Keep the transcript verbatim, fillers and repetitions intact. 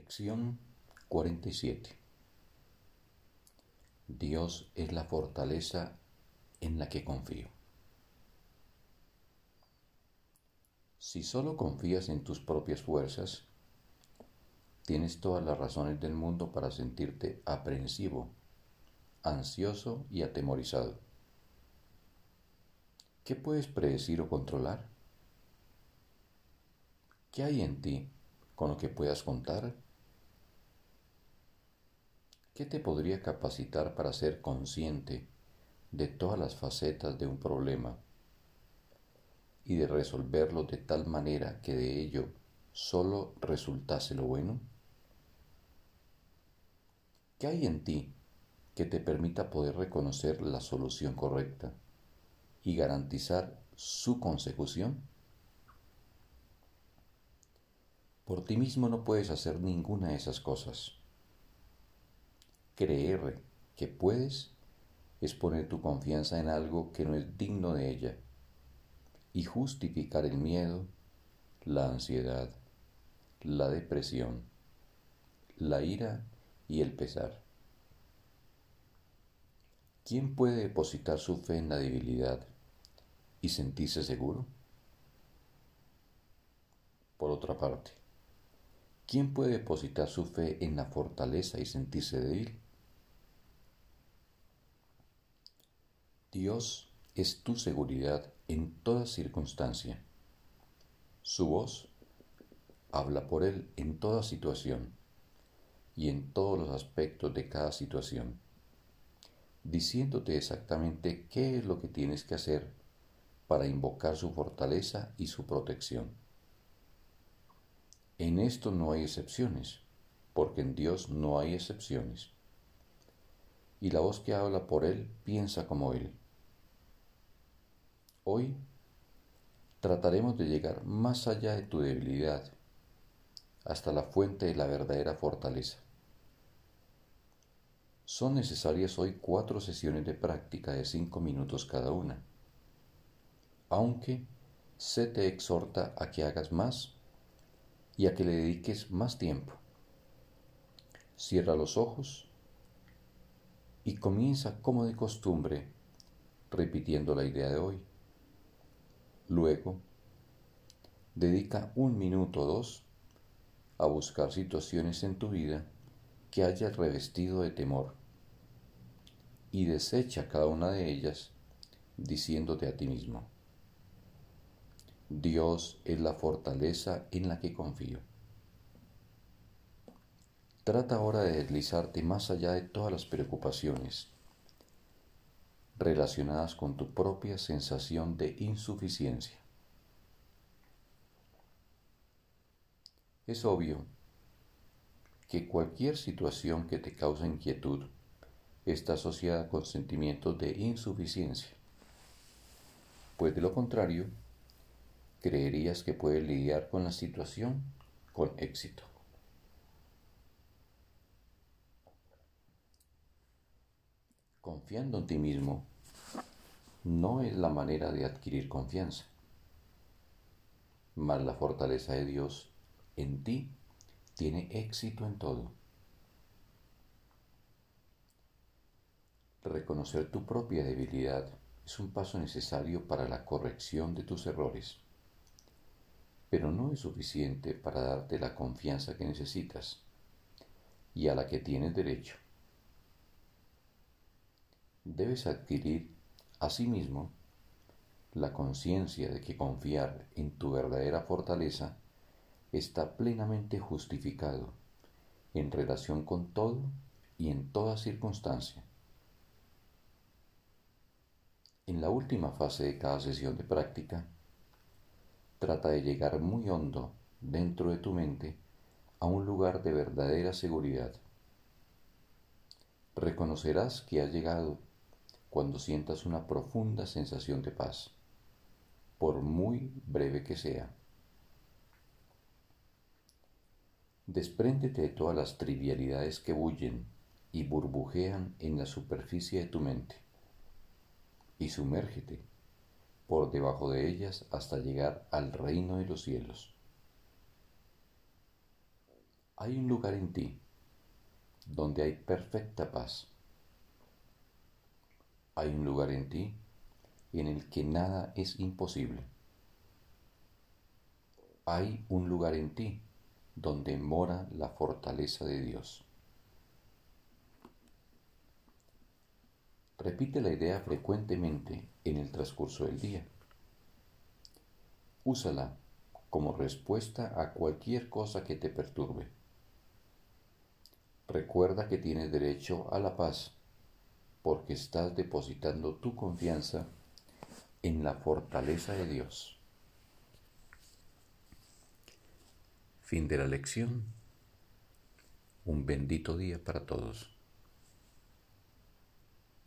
Lección cuarenta y siete. Dios es la fortaleza en la que confío. Si solo confías en tus propias fuerzas, tienes todas las razones del mundo para sentirte aprensivo, ansioso y atemorizado. ¿Qué puedes predecir o controlar? ¿Qué hay en ti con lo que puedas contar? ¿Qué te podría capacitar para ser consciente de todas las facetas de un problema y de resolverlo de tal manera que de ello solo resultase lo bueno? ¿Qué hay en ti que te permita poder reconocer la solución correcta y garantizar su consecución? Por ti mismo no puedes hacer ninguna de esas cosas. Creer que puedes es poner tu confianza en algo que no es digno de ella y justificar el miedo, la ansiedad, la depresión, la ira y el pesar. ¿Quién puede depositar su fe en la debilidad y sentirse seguro? Por otra parte, ¿quién puede depositar su fe en la fortaleza y sentirse débil? Dios es tu seguridad en toda circunstancia. Su voz habla por Él en toda situación y en todos los aspectos de cada situación, diciéndote exactamente qué es lo que tienes que hacer para invocar su fortaleza y su protección. En esto no hay excepciones, porque en Dios no hay excepciones. Y la voz que habla por Él piensa como Él. Hoy trataremos de llegar más allá de tu debilidad, hasta la fuente de la verdadera fortaleza. Son necesarias hoy cuatro sesiones de práctica de cinco minutos cada una, aunque se te exhorta a que hagas más y a que le dediques más tiempo. Cierra los ojos y comienza como de costumbre repitiendo la idea de hoy. Luego, dedica un minuto o dos a buscar situaciones en tu vida que hayas revestido de temor y desecha cada una de ellas diciéndote a ti mismo: Dios es la fortaleza en la que confío. Trata ahora de deslizarte más allá de todas las preocupaciones relacionadas con tu propia sensación de insuficiencia. Es obvio que cualquier situación que te cause inquietud está asociada con sentimientos de insuficiencia, pues de lo contrario, creerías que puedes lidiar con la situación con éxito. Confiando en ti mismo no es la manera de adquirir confianza, mas la fortaleza de Dios en ti tiene éxito en todo. Reconocer tu propia debilidad es un paso necesario para la corrección de tus errores, pero no es suficiente para darte la confianza que necesitas y a la que tienes derecho. Debes adquirir asimismo la conciencia de que confiar en tu verdadera fortaleza está plenamente justificado en relación con todo y en toda circunstancia. En la última fase de cada sesión de práctica, trata de llegar muy hondo dentro de tu mente a un lugar de verdadera seguridad. Reconocerás que has llegado cuando sientas una profunda sensación de paz, por muy breve que sea. Despréndete de todas las trivialidades que bullen y burbujean en la superficie de tu mente y sumérgete por debajo de ellas hasta llegar al reino de los cielos. Hay un lugar en ti donde hay perfecta paz. Hay un lugar en ti en el que nada es imposible. Hay un lugar en ti donde mora la fortaleza de Dios. Repite la idea frecuentemente en el transcurso del día. Úsala como respuesta a cualquier cosa que te perturbe. Recuerda que tienes derecho a la paz porque estás depositando tu confianza en la fortaleza de Dios. Fin de la lección. Un bendito día para todos.